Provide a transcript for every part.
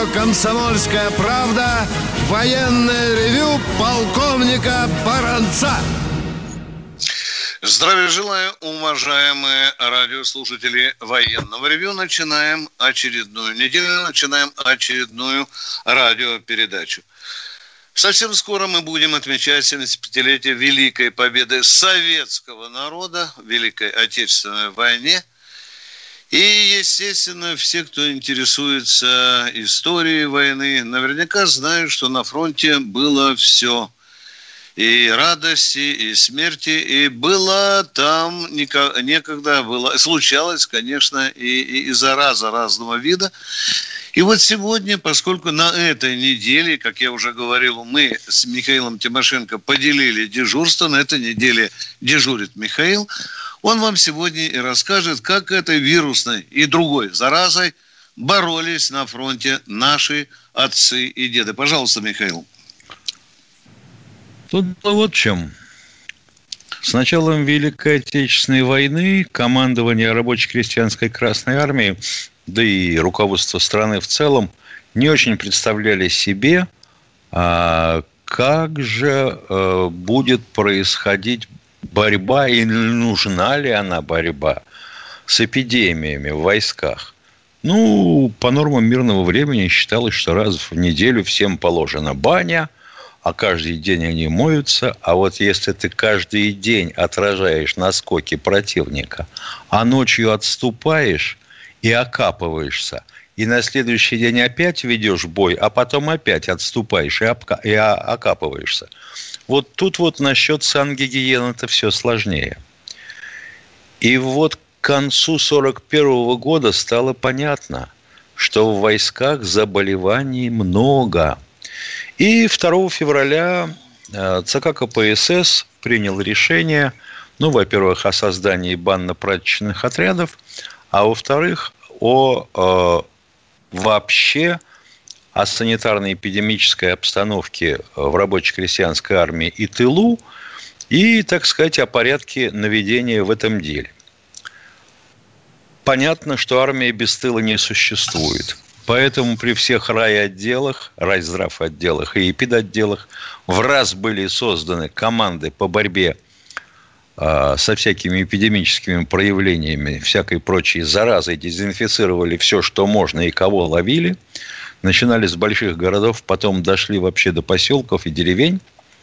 «Комсомольская правда» военное ревю полковника Баранца. Здравия желаю, уважаемые радиослушатели военного ревю. Начинаем очередную неделю, начинаем очередную радиопередачу. Совсем скоро мы будем отмечать 75-летие Великой Победы советского народа в Великой Отечественной войне. И, естественно, все, кто интересуется историей войны, наверняка знают, что на фронте было все. И радости, и смерти, и было там некогда, случалось, конечно, и зараза разного вида. И вот сегодня, поскольку на этой неделе, как я уже говорил, мы с Михаилом Тимошенко поделили дежурство, на этой неделе дежурит Михаил, он вам сегодня и расскажет, как этой вирусной и другой заразой боролись на фронте наши отцы и деды. Пожалуйста, Михаил. Тут вот в чем. С началом Великой Отечественной войны командование рабоче-крестьянской Красной Армии, да и руководство страны в целом, не очень представляли себе, как же будет происходить борьба, и нужна ли она борьба с эпидемиями в войсках. По нормам мирного времени считалось, что раз в неделю всем положена баня, а каждый день они моются. А вот если ты каждый день отражаешь наскоки противника, а ночью отступаешь и окапываешься, и на следующий день опять ведешь бой, а потом опять отступаешь и окапываешься. Вот тут вот насчет сангигиены-то все сложнее. И вот к концу 1941 года стало понятно, что в войсках заболеваний много. И 2 февраля ЦК КПСС принял решение, во-первых, о создании банно-прачечных отрядов, а во-вторых, вообще о санитарно-эпидемической обстановке в рабоче-крестьянской армии и тылу, и, так сказать, о порядке наведения в этом деле. Понятно, что армия без тыла не существует. Поэтому при всех райздравотделах и эпидотделах в раз были созданы команды по борьбе со всякими эпидемическими проявлениями, всякой прочей заразой, дезинфицировали все, что можно и кого ловили. Начинали с больших городов, потом дошли вообще до поселков и деревень.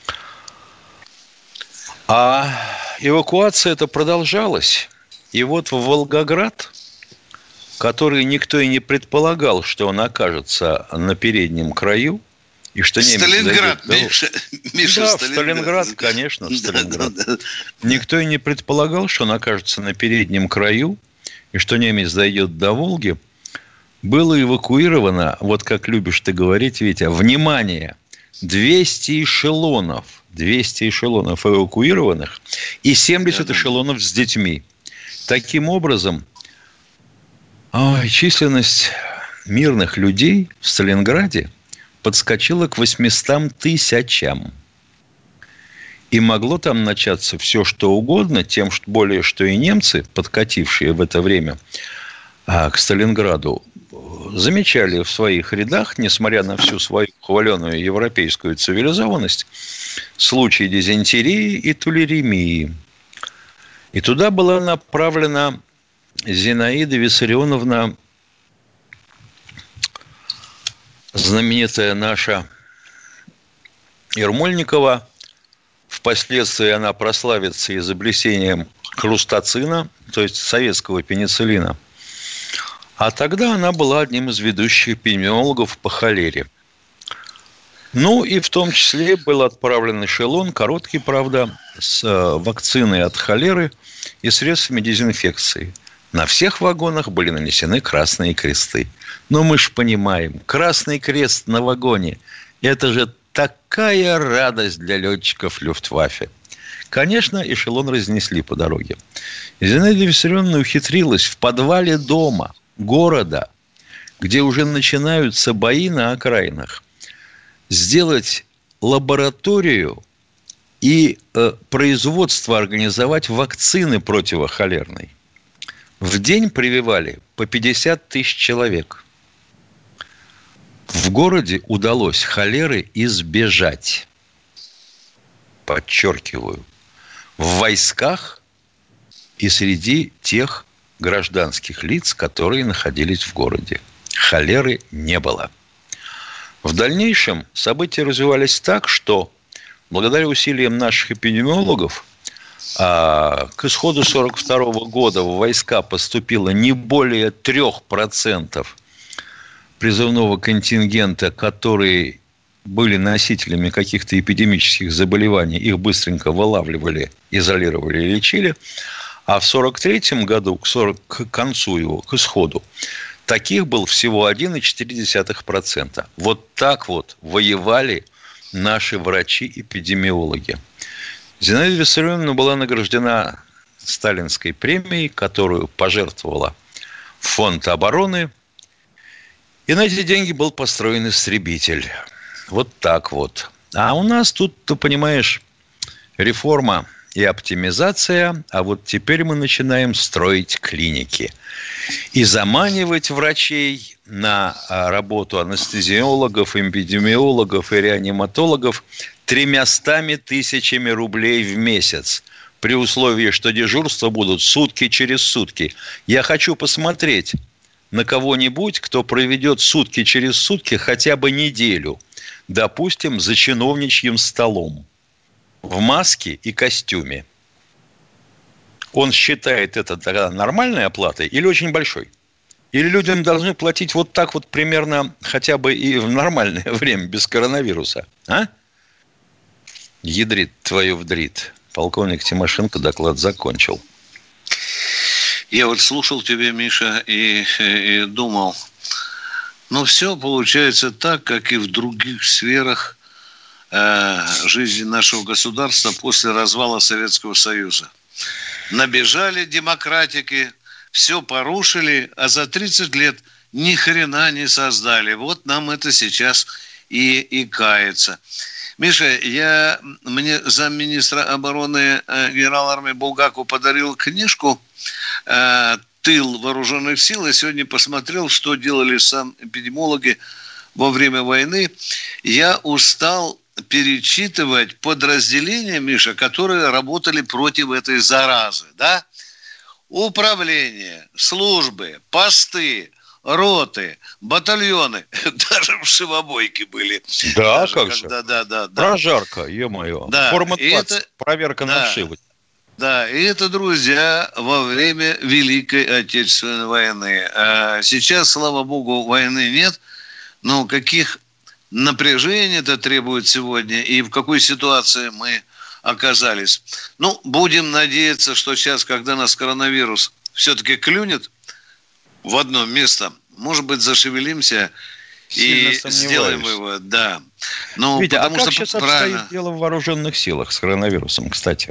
А эвакуация эта продолжалась. И вот в Волгоград, который никто и не предполагал, что он окажется на переднем краю, и что немец Сталинград, Миша, да, Сталинград, конечно, Сталинград. Да. Никто и не предполагал, что он окажется на переднем краю, и что немец дойдет до Волги. Было эвакуировано, вот как любишь ты говорить, Витя, внимание, 200 эшелонов эвакуированных и 70 эшелонов с детьми. Таким образом, численность мирных людей в Сталинграде подскочила к 800 тысячам. И могло там начаться все, что угодно, тем более, что и немцы, подкатившие в это время к Сталинграду, замечали в своих рядах, несмотря на всю свою хваленую европейскую цивилизованность, случаи дизентерии и тулеремии. И туда была направлена Зинаида Виссарионовна, знаменитая наша Ермольникова. Впоследствии она прославится изобретением хрустацина, то есть советского пенициллина. А тогда она была одним из ведущих эпидемиологов по холере. И в том числе был отправлен эшелон, короткий, правда, с вакциной от холеры и средствами дезинфекции. На всех вагонах были нанесены красные кресты. Мы же понимаем, красный крест на вагоне – это же такая радость для летчиков Люфтваффе. Конечно, эшелон разнесли по дороге. Зинаида Виссарионовна ухитрилась в подвале дома, города, где уже начинаются бои на окраинах, сделать лабораторию и производство организовать вакцины противохолерной. В день прививали по 50 тысяч человек. В городе удалось холеры избежать. Подчеркиваю. В войсках и среди тех гражданских лиц, которые находились в городе. Холеры не было. В дальнейшем события развивались так, что благодаря усилиям наших эпидемиологов к исходу 1942 года в войска поступило не более 3% призывного контингента, которые были носителями каких-то эпидемических заболеваний. Их быстренько вылавливали, изолировали и лечили. А в 1943 году, к концу его, к исходу, таких был всего 1,4%. Вот так вот воевали наши врачи-эпидемиологи. Зинаида Виссарионовна была награждена Сталинской премией, которую пожертвовала Фонд обороны. И на эти деньги был построен истребитель. Вот так вот. А у нас тут, ты понимаешь, реформа и оптимизация, а вот теперь мы начинаем строить клиники и заманивать врачей на работу анестезиологов, эпидемиологов и реаниматологов 300 000 рублей в месяц, при условии, что дежурства будут сутки через сутки. Я хочу посмотреть на кого-нибудь, кто проведет сутки через сутки хотя бы неделю, допустим, за чиновничьим столом, в маске и костюме. Он считает это тогда нормальной оплатой или очень большой? Или людям должны платить вот так вот примерно хотя бы и в нормальное время, без коронавируса? А? Ядрит твою вдрит. Полковник Тимошенко доклад закончил. Я вот слушал тебя, Миша, и думал, все получается так, как и в других сферах жизни нашего государства после развала Советского Союза. Набежали демократики, все порушили, а за 30 лет ни хрена не создали. Вот нам это сейчас и кается. Миша, мне замминистра обороны генерал армии Булгаков подарил книжку «Тыл вооруженных сил». Я сегодня посмотрел, что делали эпидемиологи во время войны. Я устал перечитывать подразделения, Миша, которые работали против этой заразы. Да? Управление, службы, посты, роты, батальоны, даже в шивобойке были. Да, даже как же. Да. Прожарка, ё-моё. Да. Форма 20, проверка на вшивость. Да, и это, друзья, во время Великой Отечественной войны. Сейчас, слава богу, войны нет, но каких напряжений это требует сегодня и в какой ситуации мы оказались. Будем надеяться, что сейчас, когда нас коронавирус все-таки клюнет в одно место, может быть, зашевелимся и сделаем его. Да. Витя, а как сейчас обстоит дело в вооруженных силах с коронавирусом, кстати?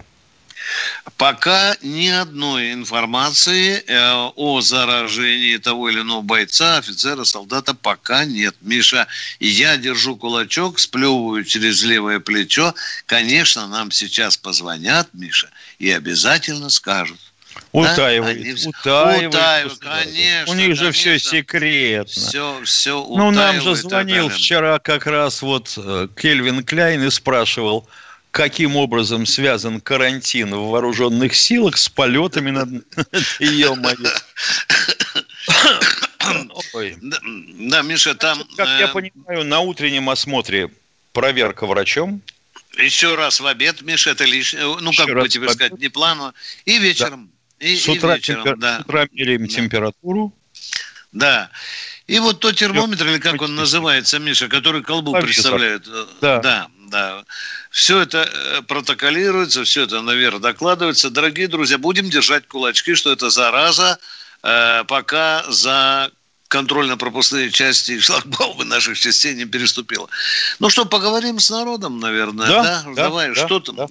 Пока ни одной информации о заражении того или иного бойца, офицера, солдата пока нет. Миша, я держу кулачок, сплевываю через левое плечо. Конечно, нам сейчас позвонят, Миша, и обязательно скажут. Утаивают, конечно. У них же все секретно. Все утаивают. Нам же звонил вчера как раз Кельвин Кляйн и спрашивал, каким образом связан карантин в вооруженных силах с полетами над... Ё-моё. Да, Миша, там... Как я понимаю, на утреннем осмотре проверка врачом. Еще раз в обед, Миша, это лишнее. Как бы тебе сказать, не планово. И вечером. Да. С утра меряем температуру. Да. И вот тот термометр, или как он называется, Миша, который колбу представляет. Да. Все это протоколируется, все это наверх докладывается. Дорогие друзья, будем держать кулачки, что эта зараза пока за контрольно-пропускные части и шлагбаумы наших частей не переступила. Поговорим с народом, наверное. Да? Давай, что там?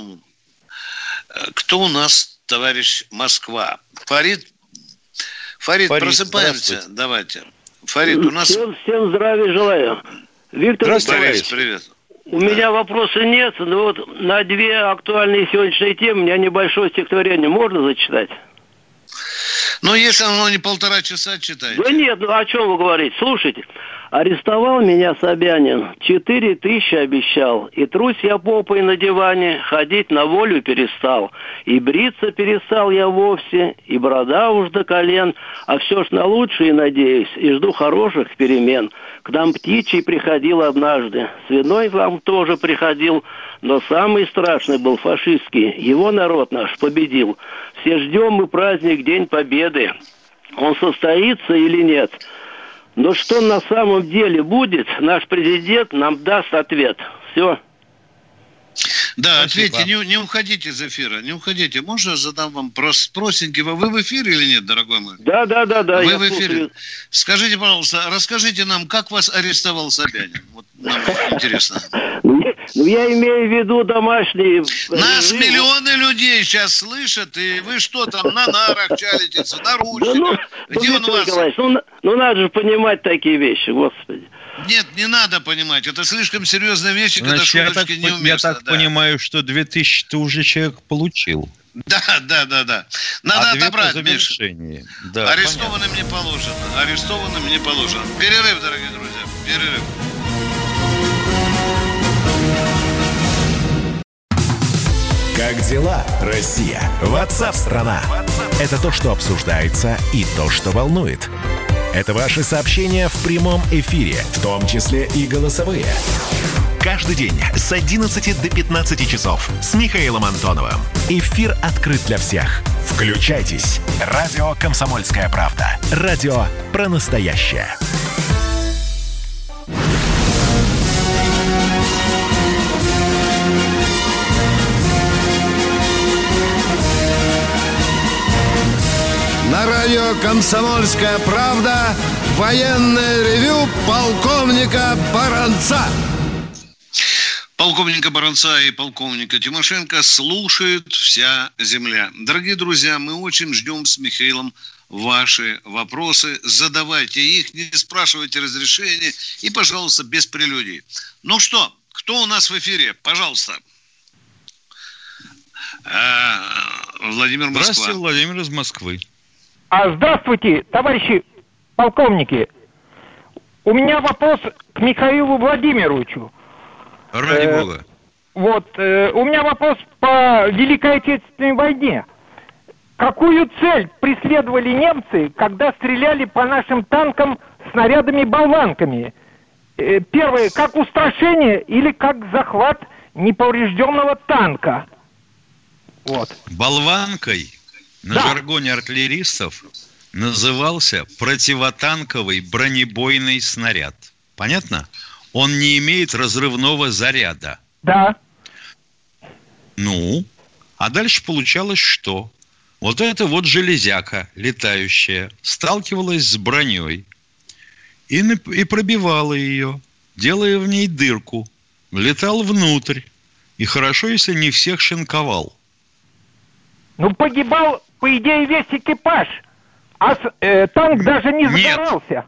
Кто у нас, товарищ Москва? Фарид, просыпаемся. Давайте. Фарид, у нас... Всем здравия желаю. Виктор Николаевич, привет. У меня вопроса нет, но на две актуальные сегодняшние темы у меня небольшое стихотворение можно зачитать? Если оно не 1,5 часа читаете. Да нет, о чем вы говорите? Слушайте, Арестовал меня Собянин, 4 тысячи обещал, и трусь я попой на диване, ходить на волю перестал, и бриться перестал я вовсе, и борода уж до колен, а все ж на лучшее надеюсь, и жду хороших перемен. К нам птичий приходил однажды, свиной вам тоже приходил, но самый страшный был фашистский, его народ наш победил. Все ждем мы праздник День Победы, он состоится или нет? Но что на самом деле будет, наш президент нам даст ответ. Все. Да, Спасибо. ответьте, не уходите из эфира, не уходите. Можно я задам вам простенький? Вы в эфире или нет, дорогой мой? Да. Вы в эфире. Скажите, пожалуйста, расскажите нам, как вас арестовал Собянин? Вот нам интересно. Ну, я имею в виду домашние... Нас миллионы людей сейчас слышат, и вы что там, на нарах чалитесь, на ручниках? Где он у вас? Николаевич, ну надо же понимать такие вещи, господи. Нет, не надо понимать. Это слишком серьезные вещи, когда Значит, шуточки неуместны. я так понимаю, что 2000 ты уже человек получил. Да. Надо отобрать, Миша. Да, Арестованным не положено. Арестованным не положено. Перерыв, дорогие друзья. Перерыв. Как дела, Россия? WhatsApp-страна! Это то, что обсуждается, и то, что волнует. Это ваши сообщения в прямом эфире, в том числе и голосовые. Каждый день с 11 до 15 часов с Михаилом Антоновым. Эфир открыт для всех. Включайтесь. Радио «Комсомольская правда». Радио про настоящее. На радио «Комсомольская правда» военное ревю полковника Баранца. Полковника Баранца и полковника Тимошенко слушает вся земля. Дорогие друзья, мы очень ждем с Михаилом ваши вопросы. Задавайте их, не спрашивайте разрешения и, пожалуйста, без прелюдий. Ну что, кто у нас в эфире? Пожалуйста. Владимир, Москва. Здравствуйте, Владимир из Москвы. Здравствуйте, товарищи полковники. У меня вопрос к Михаилу Владимировичу. Ради бога. У меня вопрос по Великой Отечественной войне. Какую цель преследовали немцы, когда стреляли по нашим танкам снарядами-болванками? Первое, как устрашение или как захват неповрежденного танка? Болванкой на жаргоне артиллеристов назывался противотанковый бронебойный снаряд. Понятно? Он не имеет разрывного заряда. Да. Ну, а дальше получалось что? Вот эта вот железяка летающая сталкивалась с броней и пробивала ее, делая в ней дырку. Влетал внутрь. И хорошо, если не всех шинковал. Ну, погибал, по идее, весь экипаж. А танк даже не загорался.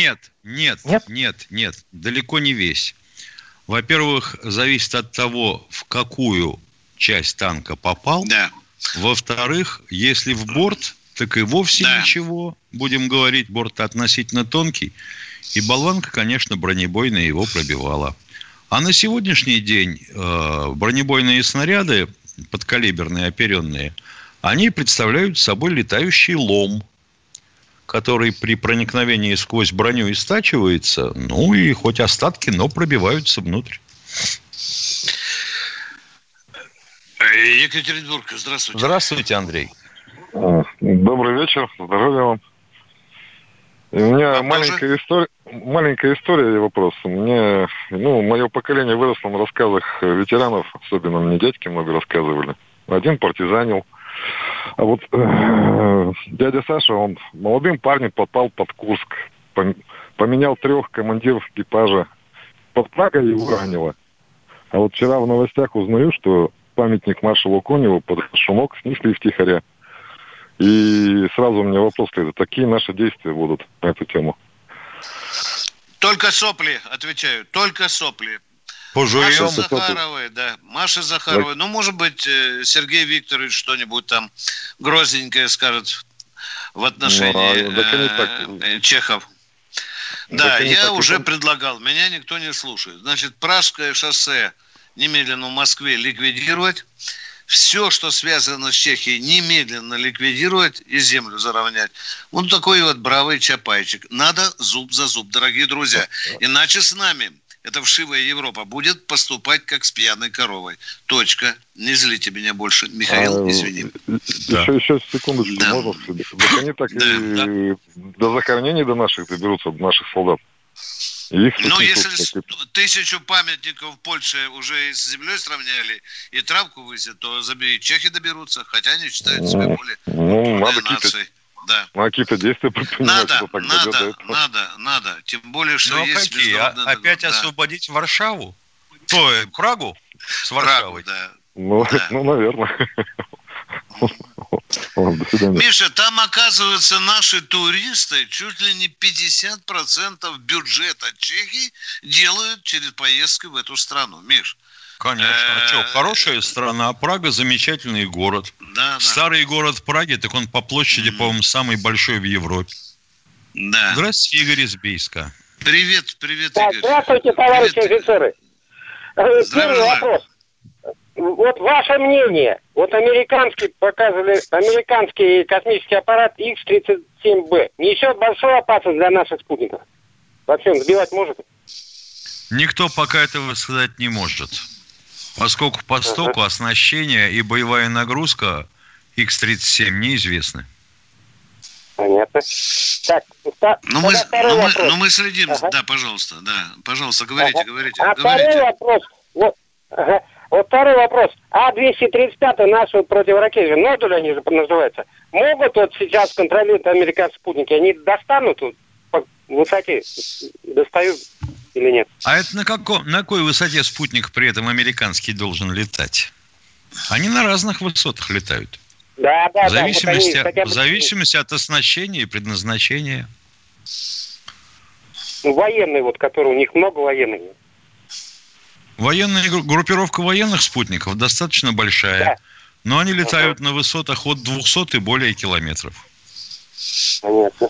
Нет. Далеко не весь. Во-первых, зависит от того, в какую часть танка попал. Да. Во-вторых, если в борт, так и вовсе ничего. Будем говорить, борт относительно тонкий. И болванка, конечно, бронебойная его пробивала. А на сегодняшний день бронебойные снаряды, подкалиберные, оперенные, они представляют собой летающий лом, который при проникновении сквозь броню истачивается, ну и хоть остатки, но пробиваются внутрь. Екатеринбург, здравствуйте. Здравствуйте, Андрей. Добрый вечер, здоровья вам. У меня маленькая история и вопрос. Мое поколение выросло на рассказах ветеранов, особенно мне дядьки много рассказывали. Один партизанил. А вот дядя Саша, он молодым парнем попал под Курск. Поменял 3 командиров экипажа. Под Прагой его ранило. А вот вчера в новостях узнаю, что памятник маршалу Коневу под шумок снесли втихаря. И сразу у меня вопрос следует. Какие наши действия будут на эту тему? Только сопли, отвечаю. Только сопли. Пожуем. Маша Захарова. Ну, может быть, Сергей Викторович что-нибудь там грозненькое скажет в отношении Чехов. Да, я уже предлагал, меня никто не слушает. Значит, Пражское шоссе немедленно в Москве ликвидировать. Все, что связано с Чехией, немедленно ликвидировать и землю заровнять. Вот такой вот бравый Чапайчик. Надо зуб за зуб, дорогие друзья. Иначе с нами эта вшивая Европа будет поступать как с пьяной коровой. Точка. Не злите меня больше. Михаил, извини. Еще секундочку, да. Можно сказать? Так они так и до захоронений до наших доберутся, до наших солдат. Ну, если 1000 памятников в Польше уже и с землей сравняли, и травку высят, то и чехи доберутся, хотя они считают себя более нацией. Да. Ну, какие-то действия предпринимать. Надо. Тем более, что есть... Какие? Опять освободить Варшаву? Прагу с Варшавой? Да. Ну, наверное. Миша, там, оказывается, наши туристы чуть ли не 50% бюджета Чехии делают через поездки в эту страну. Миш. Конечно. Хорошая страна. Прага замечательный город. Да. Старый город Праги, так он по площади, по-моему, самый большой в Европе. Да. Здравствуйте, Игорь из Бийска. Привет, да, Игорь. Здравствуйте, товарищи офицеры. Первый вопрос. Вот ваше мнение. Вот показывали американский космический аппарат X-37B. Несет большую опасность для наших спутников. Вообще он сбивать может? Никто пока этого сказать не может. Поскольку по стоку оснащение и боевая нагрузка X-37 неизвестны. Понятно. Так, мы следим. Ага. Да, пожалуйста. Да, пожалуйста, говорите. Второй вопрос. Вот второй вопрос. А-235 наши противоракетные модули, они же называются, могут вот сейчас контролировать американские спутники? Они достанут по высоте? Достают или нет? А это на какой высоте спутник при этом американский должен летать? Они на разных высотах летают. Да. В зависимости от оснащения и предназначения. Военные, которые у них много военных. Военная группировка военных спутников достаточно большая, да. Но они летают на высотах от 200 и более километров. Понятно.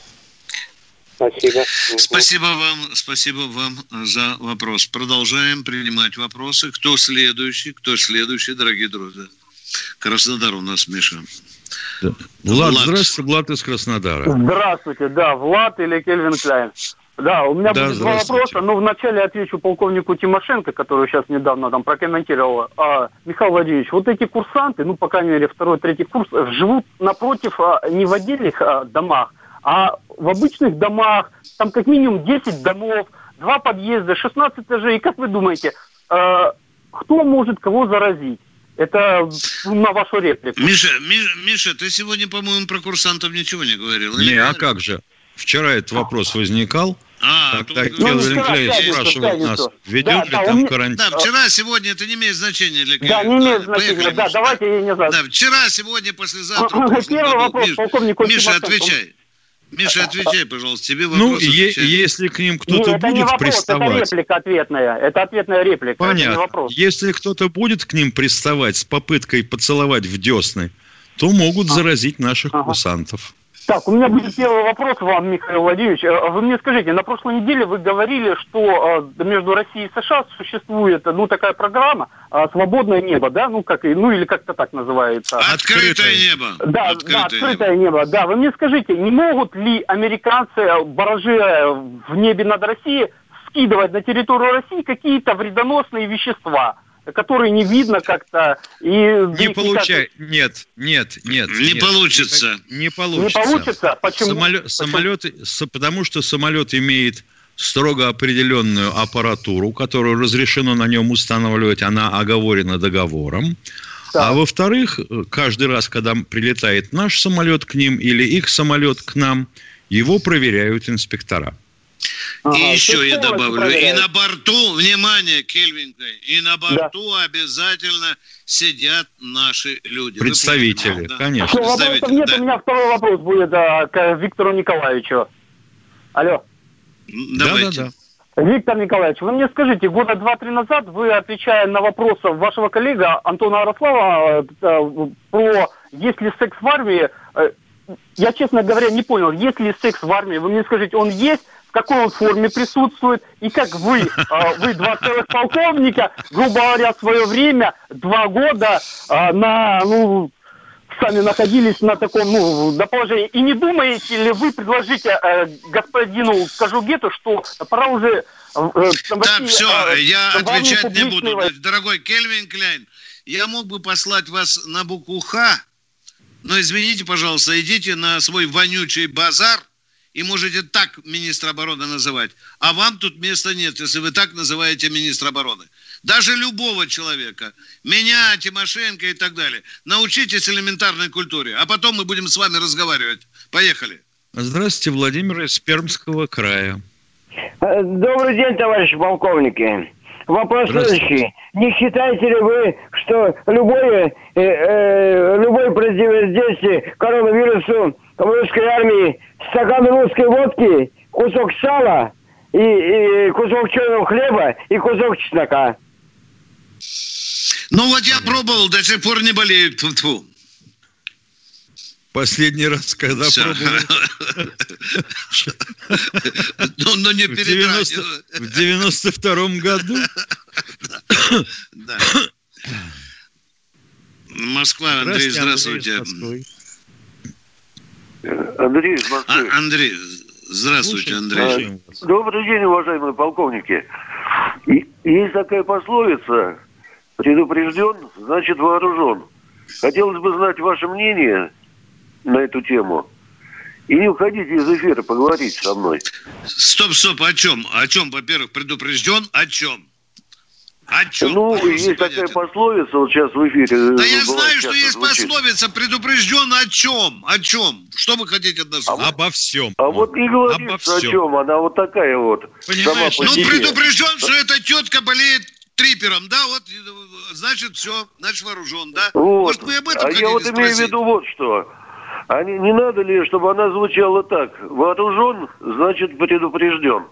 Спасибо вам за вопрос. Продолжаем принимать вопросы. Кто следующий, дорогие друзья? Краснодар у нас, Миша. Да. Влад, здравствуйте, Влад из Краснодара. Здравствуйте, да, Влад или Кельвин Кляйн. Да, у меня будет два вопроса. Вначале отвечу полковнику Тимошенко, который сейчас недавно там прокомментировал. Михаил Владимирович, вот эти курсанты, по крайней мере, 2-3 курс, живут напротив не в отдельных домах, а в обычных домах. Там как минимум 10 домов, 2 подъезда, 16 этажей. И как вы думаете, кто может кого заразить? Это на вашу реплику. Миша, ты сегодня, по-моему, про курсантов ничего не говорил. А как же? Вчера этот вопрос возникал. Когда Кельвин Кляйн спрашивал нас, ведет ли там карантин. Да, вчера, сегодня, это не имеет значения для Кельвина. Да, не имеет значения. Да, давайте я не знаю. Да, вчера, сегодня, послезавтра. Первый вопрос полковнику Тимошенко. Миша, отвечай, пожалуйста, тебе вопрос. Если к ним кто-то будет приставать... Это реплика ответная. Это ответная реплика. Понятно. Если кто-то будет к ним приставать с попыткой поцеловать в десны, то могут заразить наших курсантов. Так, у меня будет первый вопрос вам, Михаил Владимирович. Вы мне скажите, на прошлой неделе вы говорили, что между Россией и США существует, такая программа «Свободное небо», да? Или как-то так называется. Открытое небо. Да, открытое небо. Да, вы мне скажите, не могут ли американцы, баражируя в небе над Россией, скидывать на территорию России какие-то вредоносные вещества, которые не видно как-то и не получай. Нет. Не получится. Не получится. Почему? Потому что самолет имеет строго определенную аппаратуру, которую разрешено на нем устанавливать, она оговорена договором. Да. А во-вторых, каждый раз, когда прилетает наш самолет к ним или их самолет к нам, его проверяют инспектора. И еще я добавлю, и на борту, внимание, Кельвин, и на борту обязательно сидят наши люди. Представители, конечно. Вопросов нет, у меня второй вопрос будет к Виктору Николаевичу. Алло. Давайте. Да. Виктор Николаевич, вы мне скажите, года 2-3 назад вы, отвечая на вопросы вашего коллеги Антона Арослава про есть ли секс в армии, я, честно говоря, не понял, есть ли секс в армии, вы мне скажите, он есть? какой он в форме присутствует, и как вы два целых полковника, грубо говоря, в свое время, 2 года сами находились на таком, на положении. И не думаете ли вы предложить господину Кожугету, что пора уже... Так, все, я отвечать не буду. Дорогой Кельвин Кляйн, я мог бы послать вас на букву «Х», но извините, пожалуйста, идите на свой вонючий базар и можете так министра обороны называть. А вам тут места нет, если вы так называете министра обороны. Даже любого человека. Меня, Тимошенко и так далее. Научитесь элементарной культуре, а потом мы будем с вами разговаривать. Поехали. Здравствуйте, Владимир из Пермского края. Добрый день, товарищи полковники. Вопрос следующий. Не считаете ли вы, что любое противодействие коронавирусу в русской армии, стакан русской водки, кусок сала и кусок черного хлеба и кусок чеснока? Ну вот я пробовал, до сих пор не болею. Тьфу-тьфу. Последний раз, когда пробовал. Ну, не передрать. В 92-м году. Да. Москва, Андрей, здравствуйте. Андрей из Москвы. Андрей, здравствуйте, Андрей. Добрый день, уважаемые полковники. Есть такая пословица: предупрежден, значит вооружен. Хотелось бы знать ваше мнение на эту тему. И не уходите из эфира поговорить со мной. Стоп, о чем? О чем, во-первых, предупрежден? О чем? О чем? Ну, есть такая пословица вот сейчас в эфире. Да я знаю, что есть пословица. Предупрежден о чем? О чем? Что вы хотите от нас? Обо всем. А вот не говорится о чем. Она вот такая вот. Понимаешь? Ну, предупрежден, что эта тетка болеет трипером, да? Вот, значит, все, значит, вооружен, да? Вот. Может, вы об этом хотите я вот имею в виду вот что. А не надо ли, чтобы она звучала так? Вооружен, значит, предупрежден.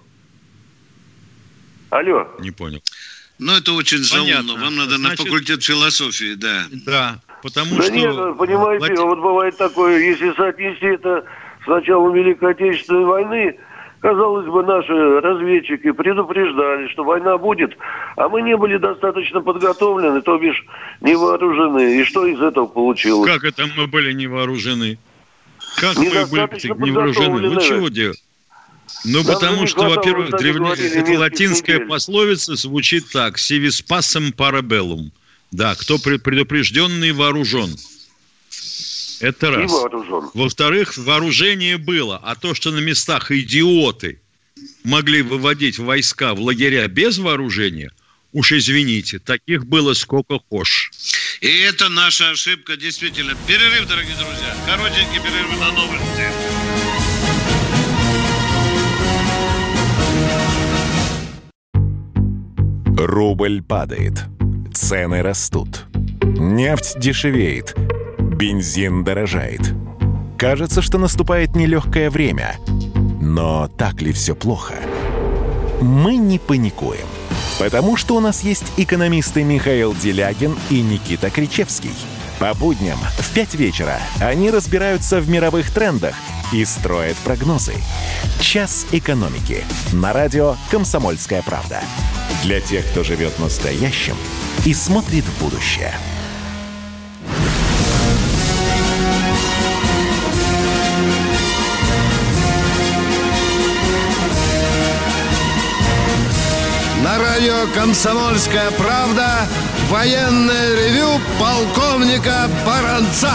Алло. Не понял. Ну, это очень заумно. Вам надо на факультет философии, да. Да, потому да что... нет, понимаете, вот бывает такое, если соотнести это с началом Великой Отечественной войны, казалось бы, наши разведчики предупреждали, что война будет, а мы не были достаточно подготовлены, то бишь не вооружены. И что из этого получилось? Как это мы были не вооружены? Как мы были не вооружены? Вы чего делаете? Ну, потому что, во-первых, эта латинская пословица звучит так: «Si vis pacem para bellum». Да, кто предупрежденный вооружен. Это раз. Во-вторых, вооружение было. А то, что на местах идиоты могли выводить войска в лагеря без вооружения, уж извините, таких было сколько хошь. И это наша ошибка, действительно. Перерыв, дорогие друзья. Коротенький перерыв на новости. Рубль падает, цены растут, нефть дешевеет, бензин дорожает. Кажется, что наступает нелегкое время. Но так ли все плохо? Мы не паникуем, потому что у нас есть экономисты Михаил Делягин и Никита Кричевский. По будням в 5 вечера они разбираются в мировых трендах и строят прогнозы. «Час экономики» на радио «Комсомольская правда». Для тех, кто живет настоящим и смотрит в будущее. На радио «Комсомольская правда» военное ревю полковника Баранца.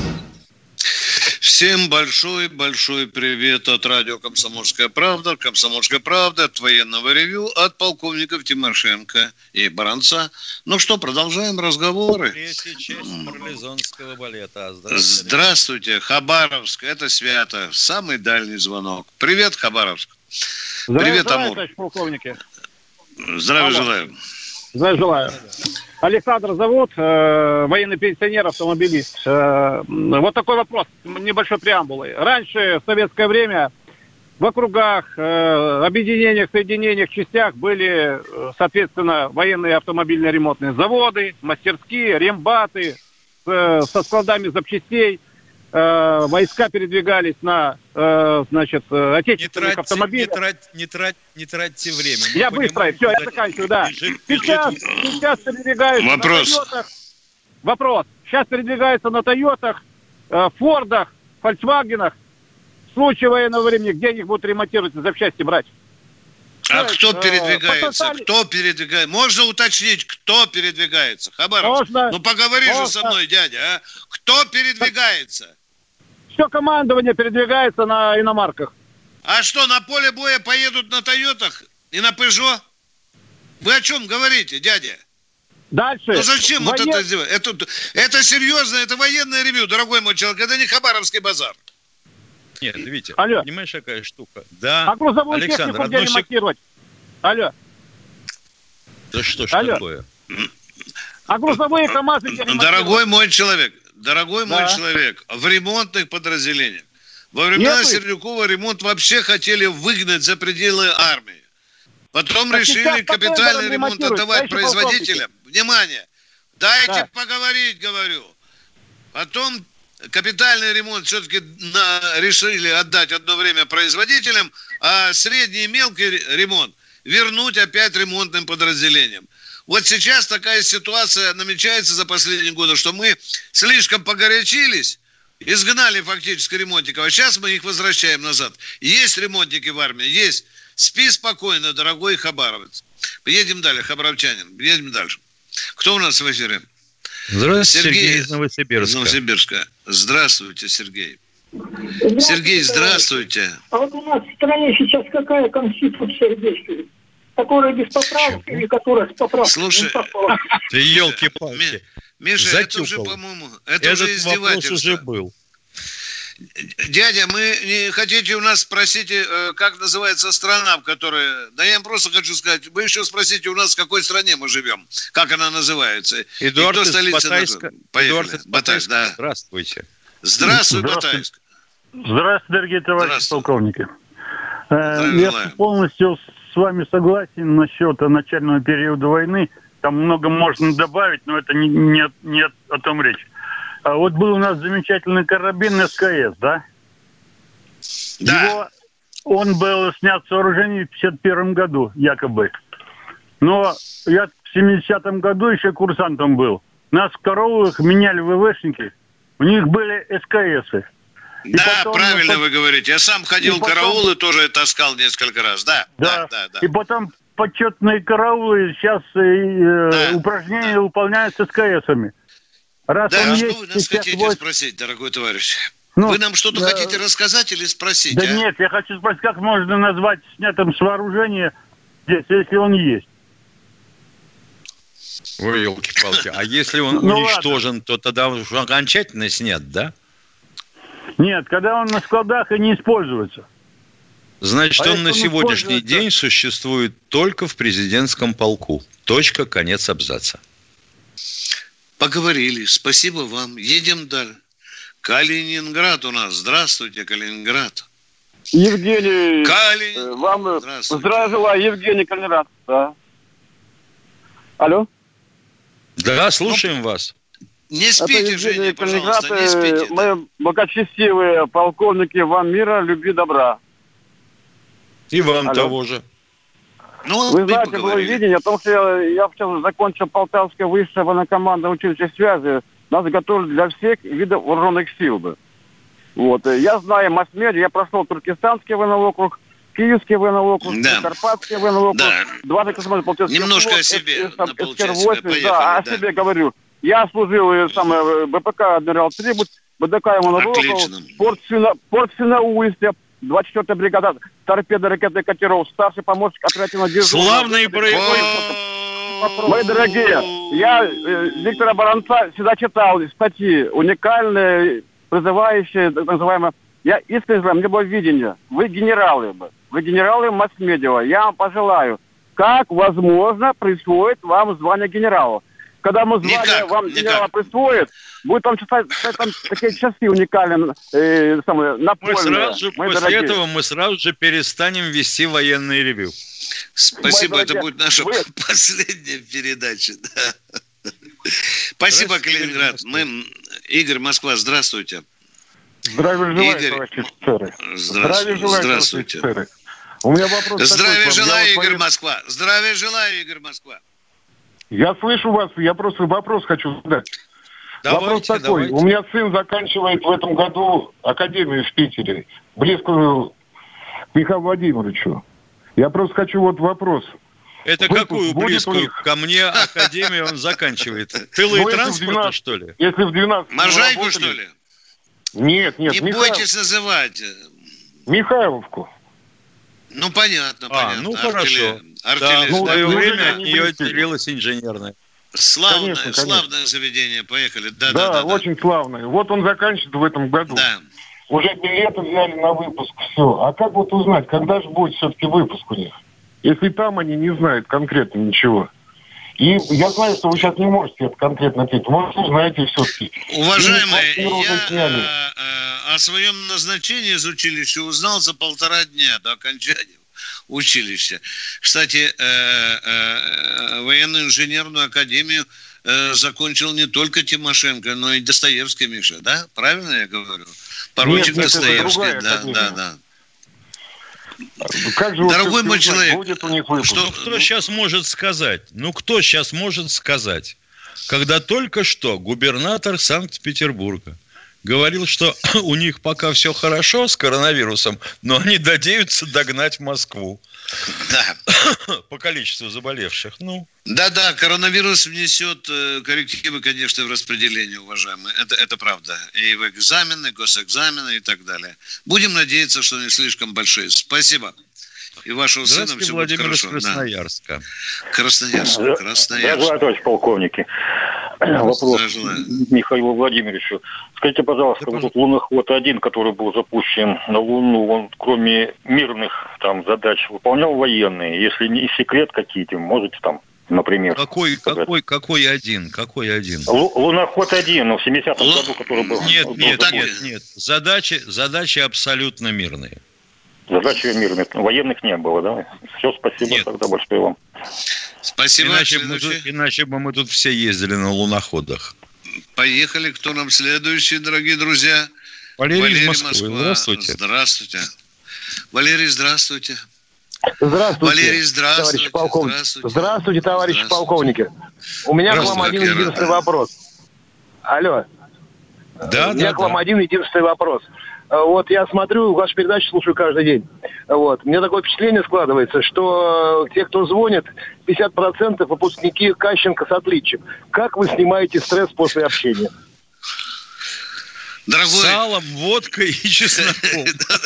Всем большой привет от радио «Комсомольская правда». «Комсомольская правда» от военного ревю, от полковников Тимошенко и Баранца. Ну что, продолжаем разговоры. Третья часть марлезонского балета. Здравствуйте, Хабаровск, это свято. Самый дальний звонок. Привет, Хабаровск. Привет, Амур. Товарищ полковники. Здравия желаю. Здравия желаю. Александр зовут, военный пенсионер, автомобилист. Вот такой вопрос, небольшой преамбулой. Раньше, в советское время, в округах, объединениях, соединениях, частях были, соответственно, военные автомобильные ремонтные заводы, мастерские, рембаты со складами запчастей. войска передвигались на, отечественных автомобилях. Не тратьте время. Я быстро, все, я заканчиваю, да. Сейчас передвигаются на Тойотах. Вопрос. Сейчас передвигаются на Тойотах, Фордах, Фольксвагенах. В случае военного времени, где их будут ремонтировать и запчасти брать? А кто передвигается? Кто передвигается? Можно уточнить, кто передвигается? Хабаровск, поговори же со мной, дядя, а? Кто передвигается? Все командование передвигается на иномарках. А что, на поле боя поедут на Тойотах и на Пежо? Вы о чем говорите, дядя? Дальше. Ну зачем вот это сделать? Это серьезно, это военное ревью, дорогой мой человек. Это не Хабаровский базар. Нет, Витя, понимаешь, какая штука? Да, а грузовую технику где ремонтировать? Алло. Да что ж такое? А грузовые КАМАЗы где ремонтировать? Дорогой мой человек, в ремонтных подразделениях. Во времена Сердюкова ремонт вообще хотели выгнать за пределы армии. Потом решили капитальный ремонт отдавать производителям. Внимание! Дайте поговорить, говорю. Потом капитальный ремонт все-таки решили отдать одно время производителям, а средний и мелкий ремонт вернуть опять ремонтным подразделениям. Вот сейчас такая ситуация намечается за последние годы, что мы слишком погорячились, изгнали фактически ремонтников, а сейчас мы их возвращаем назад. Есть ремонтники в армии, есть. Спи спокойно, дорогой хабаровец. Едем далее, хабаровчанин, едем дальше. Кто у нас в эфире? Здравствуйте, Сергей из Новосибирска. Здравствуйте, Сергей. Сергей, здравствуйте. А вот у нас в стране сейчас какая конституция действует? Которая без поправок или которая с поправкой? Слушай, ты елки-палки. Миша, это уже, по-моему, это уже издевательство. Уже был. Дядя, мы не хотите у нас спросить, как называется страна, в которой... Да я им просто хочу сказать, вы еще спросите у нас, в какой стране мы живем, как она называется. Эдуард из Батайска. Поехали. Батайск, да. Здравствуйте. Здравствуй, Батайск. Здравствуйте, дорогие товарищи полковники. Я полностью с вами согласен насчет начального периода войны. Там много можно добавить, но это не о том речь. А вот был у нас замечательный карабин СКС, да? Да. Он был снят с вооружения в 1951 году, якобы. Но я в 70-м году еще курсантом был. Нас в караулах меняли ВВшники. У них были СКСы. Да, правильно вы говорите. Я сам ходил в караулы, тоже таскал несколько раз. Да. И потом почетные караулы сейчас упражнения выполняются СКСами. Раз да, что вы нас хотите спросить, дорогой товарищ? Вы нам что-то хотите рассказать или спросить? Да нет, я хочу спросить, как можно назвать снятым с вооружения здесь, если он есть? Ой, елки-палки. А если он уничтожен, то тогда уже окончательно снят, да? Нет, когда он на складах и не используется. Значит, он на сегодняшний день существует только в президентском полку. Точка, конец абзаца. Поговорили. Спасибо вам. Едем дальше. Калининград у нас. Здравствуйте, Калининград. Евгений, вам здравия желаю. Евгений, Калининград. Да. Алло? Да, слушаем вас. Не спите, Женя, пожалуйста, не спите. Мы благочестивые полковники, вам мира, любви, добра. И вам того же. Ну, вы знаете, было видение о том, что я вчера закончил Полтавское высшее военно-командное училище связи. Нас готовили для всех видов вооруженных сил бы. Вот. Я знаю масс-медиа, я прошел Туркестанский военный округ, Киевский военный округ, Карпатский военный округ, дважды космонавт получился. Немножко о себе, на полчасика, поехали. Да, о себе говорю. Я служил БПК «Адмирал Трибут», БДК «Иваново-Волково», порт Свиноujстя, 24-я бригада торпедо-ракетных катеров, старший помощник оперативного дежурного. Славный боевой. Мои дорогие, я Виктора Баранца всегда читал статьи уникальные, призывающие, так называемые. Я искренне желаю, мне было видение. Вы генералы масс-медиа. Я вам пожелаю, как возможно присвоить вам звание генерала. Когда мы звание вам генерала присвоит, будет там читать там такие часы уникальные, напольные. После этого мы сразу же перестанем вести военный ревью. Спасибо, это будет наша последняя передача. Да. Спасибо, Калининград. Игорь, Москва, здравствуйте. Здравия желаю, Игорь. товарищи офицеры. Здравствуйте. Офицеры. У меня вопрос Здравия такой к вам. желаю, Игорь Москва. Здравия желаю, Игорь Москва. Я слышу вас, я просто вопрос хочу задать. Вопрос такой. У меня сын заканчивает в этом году академию в Питере, близкую к Михаилу Владимировичу. Я просто хочу вопрос. Это Выпуск какую близкую? Ко мне академию он заканчивает. Тылы и транспорта, что ли? Если в 12... Можайку, что ли? Нет, Не бойтесь называть. Михайловку. Ну, понятно. Ну, хорошо. Да, в свое время от нее отделилась инженерная. Славное заведение. Поехали. Да, очень славное. Вот он заканчивает в этом году. Да. Уже билеты взяли на выпуск, все. А как узнать, когда же будет все-таки выпуск у них? Если там они не знают конкретно ничего. И я знаю, что вы сейчас не можете это конкретно ответить. Может, узнаете все-таки. Уважаемые, я о своем назначении из училища узнал за 1,5 дня до окончания училища. Кстати, военную инженерную академию закончил не только Тимошенко, но и Достоевский, Миша, да? Правильно я говорю? Поручик Достоевский, да. Как же дорогой мой человек, кто сейчас может сказать? Кто сейчас может сказать, когда только что губернатор Санкт-Петербурга говорил, что у них пока все хорошо с коронавирусом, но они надеются догнать Москву. Да. По количеству заболевших. Да, коронавирус внесет коррективы, конечно, в распределение, уважаемые. Это правда. И в экзамены, госэкзамены и так далее. Будем надеяться, что не слишком большие. Спасибо. И вашего сына все будет хорошо. Красноярска. Да. Красноярск. Здравствуйте, товарищ полковники. Вопрос Михаилу Владимировичу. Скажите, пожалуйста, вот Луноход-1, который был запущен на Луну, он кроме мирных задач выполнял военные? Если не секрет какие-то, можете например... Какой один? Луноход-1, в 70-м году, который был... Нет. Задачи абсолютно мирные. Задачи мирные. Военных не было, да? Все, спасибо тогда большое вам. Спасибо. Иначе бы мы тут все ездили на луноходах. Поехали. Кто нам следующий, дорогие друзья? Валерий из Москвы. Здравствуйте. Здравствуйте. Валерий, здравствуйте. Здравствуйте, Валерий, здравствуйте. Товарищ полковник. Здравствуйте, товарищи полковники. У меня к вам один единственный вопрос. Алло. Да, У меня к вам один единственный вопрос. Вот я смотрю, вашу передачу слушаю каждый день. Вот. Мне такое впечатление складывается, что те, кто звонит, 50% выпускники Кащенко с отличием. Как вы снимаете стресс после общения? Дорогой... Салом, водкой и чесноком.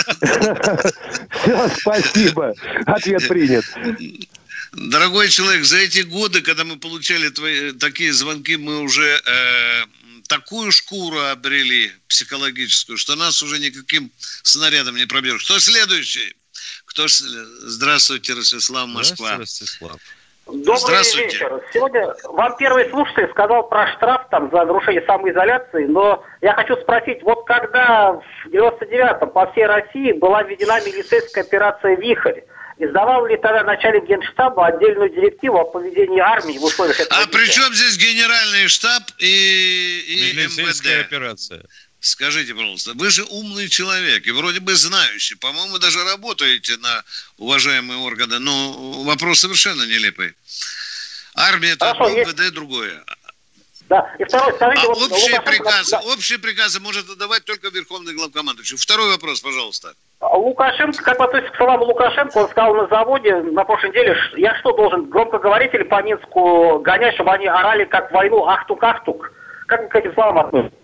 Все, спасибо. Ответ принят. Дорогой человек, за эти годы, когда мы получали такие звонки, мы уже... такую шкуру обрели психологическую, что нас уже никаким снарядом не пробьешь. Кто следующий? Здравствуйте, Ростислав, Москва. Ростислав. Добрый вечер. Сегодня вам первый слушатель сказал про штраф за нарушение самоизоляции, но я хочу спросить, вот когда в 99-м по всей России была введена милицейская операция «Вихрь», издавал ли тогда начальник Генштаба отдельную директиву о поведении армии в условиях этого? А при чем здесь генеральный штаб и милицейская МВД? Операция. Скажите, пожалуйста, вы же умный человек и вроде бы знающий. По-моему, даже работаете на уважаемые органы. Но вопрос совершенно нелепый. Армия – это МВД другое. Да, и второй, скажите, общие приказы может отдавать только Верховный главкомандующий. Второй вопрос, пожалуйста. Лукашенко, как относится к словам Лукашенко, он сказал на заводе на прошлой неделе, я что, должен громкоговорители по Минску гонять, чтобы они орали как в войну «Ахтук-Ахтук». Как вы к этим словам относитесь?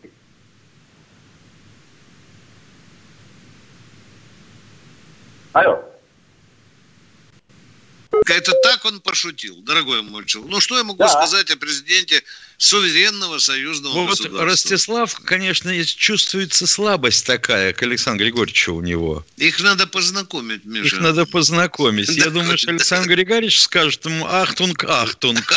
Алло. Это так он пошутил, дорогой мой человек. Ну, что я могу сказать о президенте суверенного союзного государства? Ростислав, конечно, чувствуется слабость такая к Александру Григорьевичу у него. Их надо познакомить, Миша. Их надо познакомить. Я думаю, что Александр Григорьевич скажет ему «Ахтунг, Ахтунг».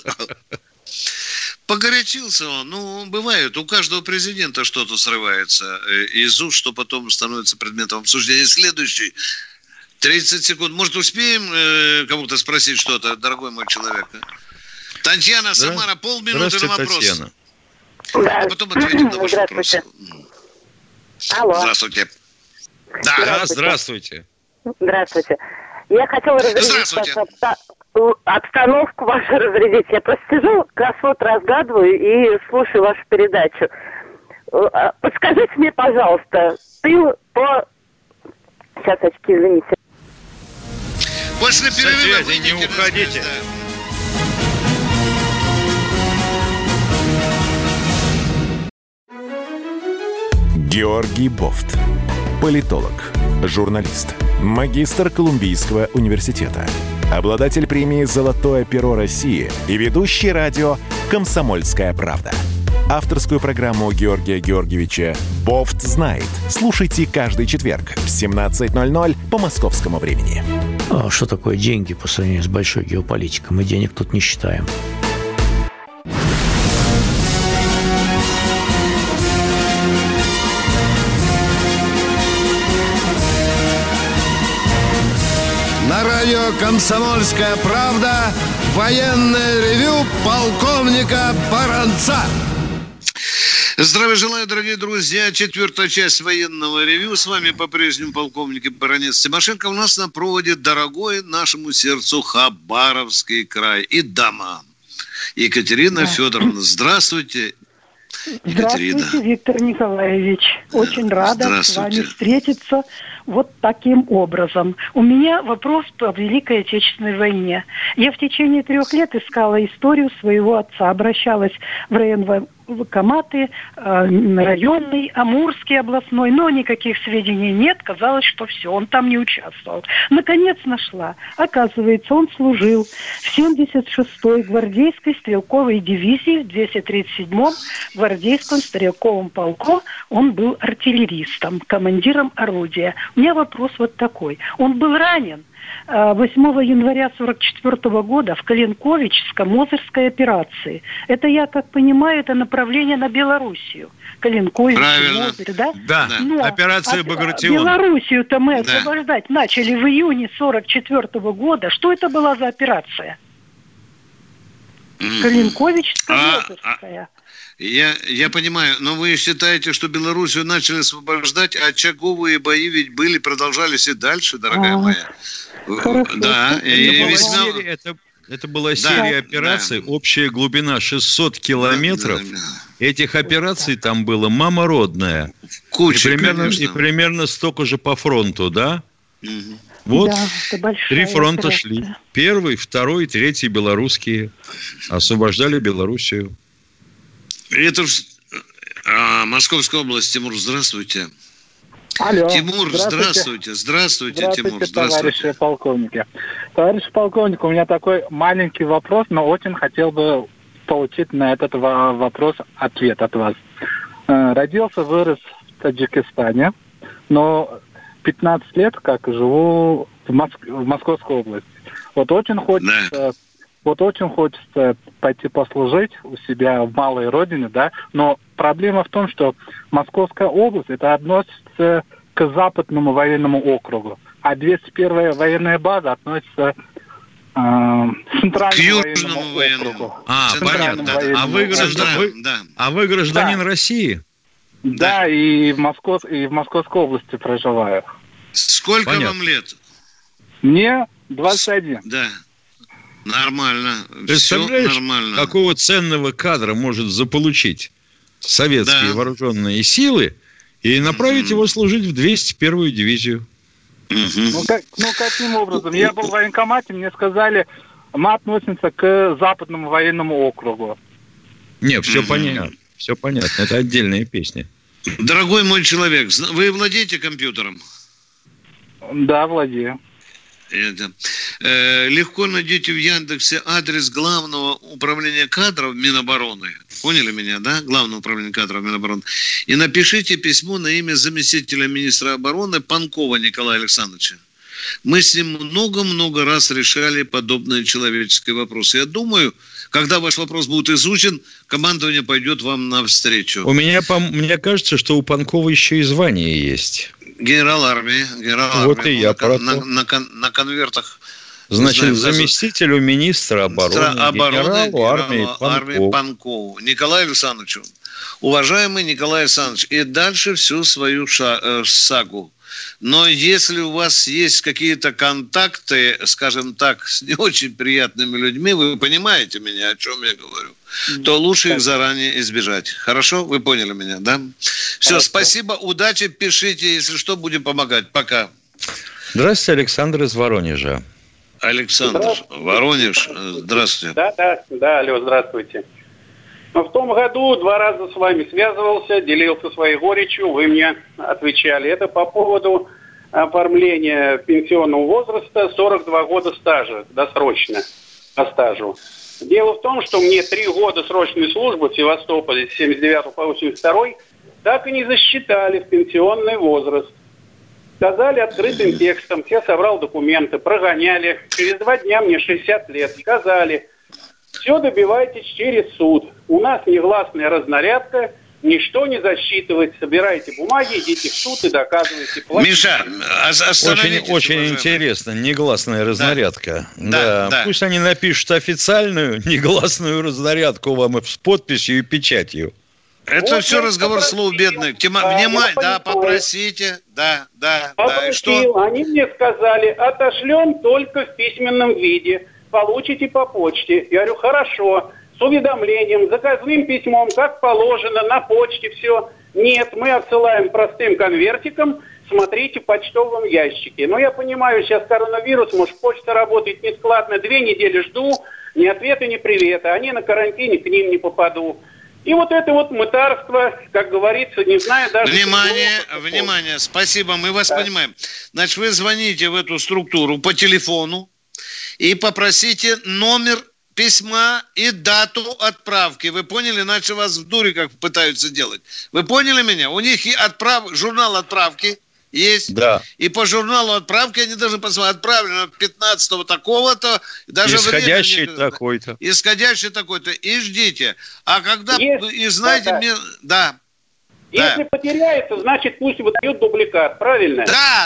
Погорячился он. Ну, бывает, у каждого президента что-то срывается из уст, что потом становится предметом обсуждения. Следующий. 30 секунд. Может, успеем кому-то спросить что-то, дорогой мой человек? Татьяна, Самара, полминуты на вопрос. Татьяна. А потом ответим на ваш вопрос. Алло. Здравствуйте. Да, здравствуйте. Здравствуйте. Я хотела разрядить обстановку вашу разрядить. Я просто сижу, кроссворд разгадываю и слушаю вашу передачу. Подскажите мне, пожалуйста, Сейчас, очки, извините. После перерыва выйдите, не уходите. Георгий Бофт. Политолог, журналист, магистр Колумбийского университета, обладатель премии «Золотое перо России» и ведущий радио «Комсомольская правда». Авторскую программу Георгия Георгиевича «Бофт знает». Слушайте каждый четверг в 17:00 по московскому времени. Что такое деньги по сравнению с большой геополитикой? Мы денег тут не считаем. На радио «Комсомольская правда» военное ревю полковника Баранца. Здравия желаю, дорогие друзья. 4-я часть военного ревью. С вами по-прежнему полковник Баранец Тимошенко. У нас на проводе дорогой нашему сердцу Хабаровский край и дама. Екатерина Федоровна. Здравствуйте, Екатерина. Здравствуйте, Виктор Николаевич. Очень рада с вами встретиться вот таким образом. У меня вопрос по Великой Отечественной войне. Я в течение 3 лет искала историю своего отца, обращалась в райвоенкоматы, районный, Амурский областной, но никаких сведений нет. Казалось, что все, он там не участвовал. Наконец нашла. Оказывается, он служил в 76-й гвардейской стрелковой дивизии, в 237-м гвардейском стрелковом полку. Он был артиллеристом, командиром орудия. У меня вопрос вот такой. Он был ранен 8 января 1944 года в Калинковичско-Мозырской операции. Это, я как понимаю, это направление на Белоруссию. Калинкович, Мозырь, да? Да, но операция Багратион. Белоруссию-то мы освобождать начали в июне 1944 года. Что это была за операция? Калинковичско-Мозырская. Я понимаю, но вы считаете, что Белоруссию начали освобождать, а очаговые бои ведь продолжались и дальше, дорогая моя. Хорошо. Да, это была серия операций, общая глубина 600 километров. Этих операций там было мама родная. Куча, и примерно столько же по фронту, да? Вот 3 фронта шли. 1-й, 2-й, 3-й белорусские. Освобождали Белоруссию. Это Московская область. Тимур, здравствуйте. Алло. Тимур, здравствуйте. Здравствуйте, Тимур. Товарищи полковники. Товарищ полковник, у меня такой маленький вопрос, но очень хотел бы получить на этот вопрос ответ от вас. Родился, вырос в Таджикистане, но 15 лет как живу в Московской области. Вот очень хочется пойти послужить у себя в малой родине, да, но проблема в том, что Московская область, это относится к Западному военному округу, а 201-я военная база относится к Центральному военному округу. Понятно. А вы гражданин России? Да, и в Московской области проживаю. Сколько вам лет? Мне 21. Да. Нормально. Представляешь, все нормально. Какого ценного кадра может заполучить советские вооруженные силы и направить его служить в 201-ю дивизию? Каким образом? Я был в военкомате, мне сказали, мы относимся к Западному военному округу. Нет, все понятно. Все понятно. Это отдельная песня. Дорогой мой человек, вы владеете компьютером? Да, владею. Легко найдете в Яндексе адрес Главного управления кадров Минобороны. Поняли меня, да? Главное управление кадров Минобороны. И напишите письмо на имя заместителя министра обороны Панкова Николая Александровича. Мы с ним много-много раз решали подобные человеческие вопросы. Я думаю, когда ваш вопрос будет изучен, командование пойдет вам навстречу. Мне кажется, что у Панкова еще и звание есть. Генерал армии. Вот и я про то. На конвертах Значит, заместителю министра обороны генералу армии Панкову Николаю Александровичу. Уважаемый Николай Александрович, и дальше всю свою сагу. Но если у вас есть какие-то контакты, скажем так, с не очень приятными людьми, вы понимаете меня, о чем я говорю, то лучше их заранее избежать. Хорошо? Вы поняли меня, да? Все, спасибо, удачи, пишите, если что, будем помогать. Пока. Здравствуйте, Александр из Воронежа. Александр, Воронеж, здравствуйте. Да, алло, здравствуйте. В том году 2 раза с вами связывался, делился своей горечью, вы мне отвечали. Это по поводу оформления пенсионного возраста 42 года стажа, досрочно по стажу. Дело в том, что мне 3 года срочной службы в Севастополе с 79 по 82 так и не засчитали в пенсионный возраст. Сказали открытым текстом, я собрал документы, прогоняли. Через 2 дня мне 60 лет. Сказали, все добивайтесь через суд. У нас негласная разнарядка, ничто не засчитывать. Собирайте бумаги, идите в суд и доказывайте. Миша, остановитесь. Очень интересно, негласная разнарядка. Да. Пусть они напишут официальную негласную разнарядку вам с подписью и печатью. Это все разговор слов бедных. Внимание, да, попросите. Да. И что? Они мне сказали, отошлем только в письменном виде. Получите по почте. Я говорю, хорошо. С уведомлением, заказным письмом, как положено, на почте все. Нет, мы отсылаем простым конвертиком. Смотрите в почтовом ящике. Но я понимаю, сейчас коронавирус, может, почта работает нескладно. 2 недели жду, ни ответа, ни привета. Они на карантине, к ним не попаду. И вот это вот мытарство, как говорится, не знаю даже... Внимание, спасибо, мы вас понимаем. Значит, вы звоните в эту структуру по телефону и попросите номер письма и дату отправки. Вы поняли? Иначе вас в дуре как пытаются делать. Вы поняли меня? У них и журнал отправки есть. Да. И по журналу отправки они должны посмотреть, отправлено 15-го такого-то. Даже исходящий такой-то. Исходящий такой-то. И ждите. А когда... И знаете, мне... Да. Если потеряется, значит, пусть выдают дубликат. Правильно? Да.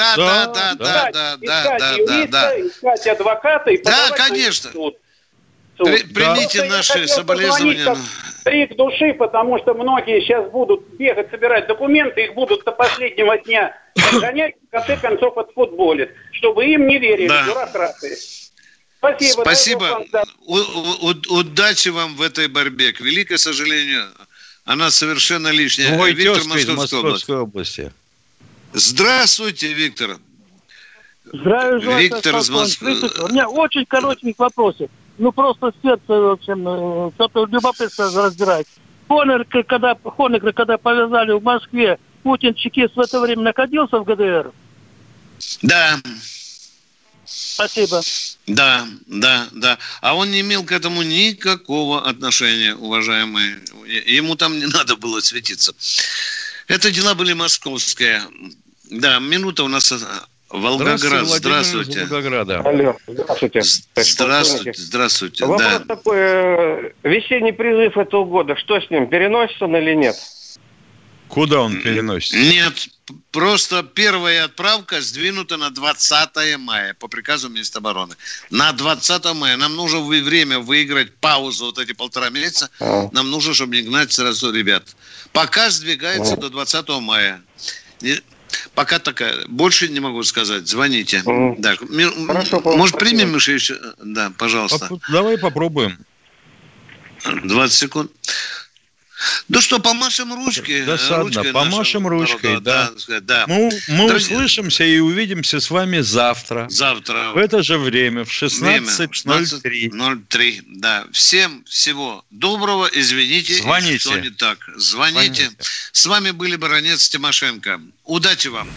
Искать юриста, искать адвоката и подавать. Да, конечно. Примите наши соболезнования. Крик души, потому что многие сейчас будут бегать, собирать документы, их будут до последнего дня подгонять, в конце концов отфутболят, чтобы им не верили, бюрократы. Спасибо. Удачи вам в этой борьбе. К великому сожалению, она совершенно лишняя. Виктор из Московской области. Здравствуйте, Виктор. Здравия, Виктор из Москвы. У меня очень коротенький вопрос. Просто сердце, в общем, кто-то любопытно разбирает. Хонекера, когда повязали в Москве, Путин чекист в это время находился в ГДР? Да. Спасибо. Да. А он не имел к этому никакого отношения, уважаемые. Ему там не надо было светиться. Это дела были московские. Да, минута у нас... Волгоград, здравствуйте. Алло, здравствуйте. Здравствуйте. Вопрос такой, весенний призыв этого года, что с ним, переносится он или нет? Куда он переносится? Нет, просто первая отправка сдвинута на 20 мая по приказу министра обороны. На 20 мая. Нам нужно время выиграть паузу, вот эти 1,5 месяца. Нам нужно, чтобы не гнать сразу ребят. Пока сдвигается до 20 мая. Пока такая. Больше не могу сказать. Звоните. Да. Хорошо, может, примем еще? Да, пожалуйста. Давай попробуем. 20 секунд. Ну что, помашем ручкой. Досадно, помашем ручкой, да. Мы услышимся и увидимся с вами завтра. В это же время, в 16:03. Да. Всем всего доброго. Извините, что не так. Звоните. С вами были Баранец, Тимошенко. Удачи вам.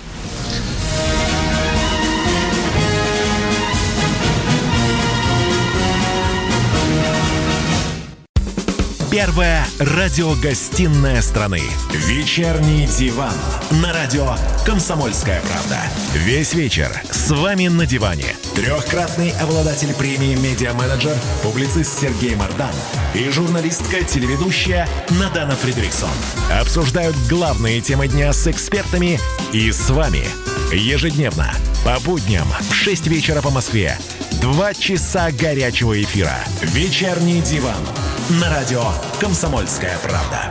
Первая радиогостинная страны. Вечерний диван. На радио «Комсомольская правда». Весь вечер с вами на диване. 3-кратный обладатель премии «Медиа-менеджер», публицист Сергей Мардан и журналистка-телеведущая Надана Фридриксон. Обсуждают главные темы дня с экспертами и с вами. Ежедневно, по будням в 6 вечера по Москве. 2 часа горячего эфира. «Вечерний диван» на радио «Комсомольская правда».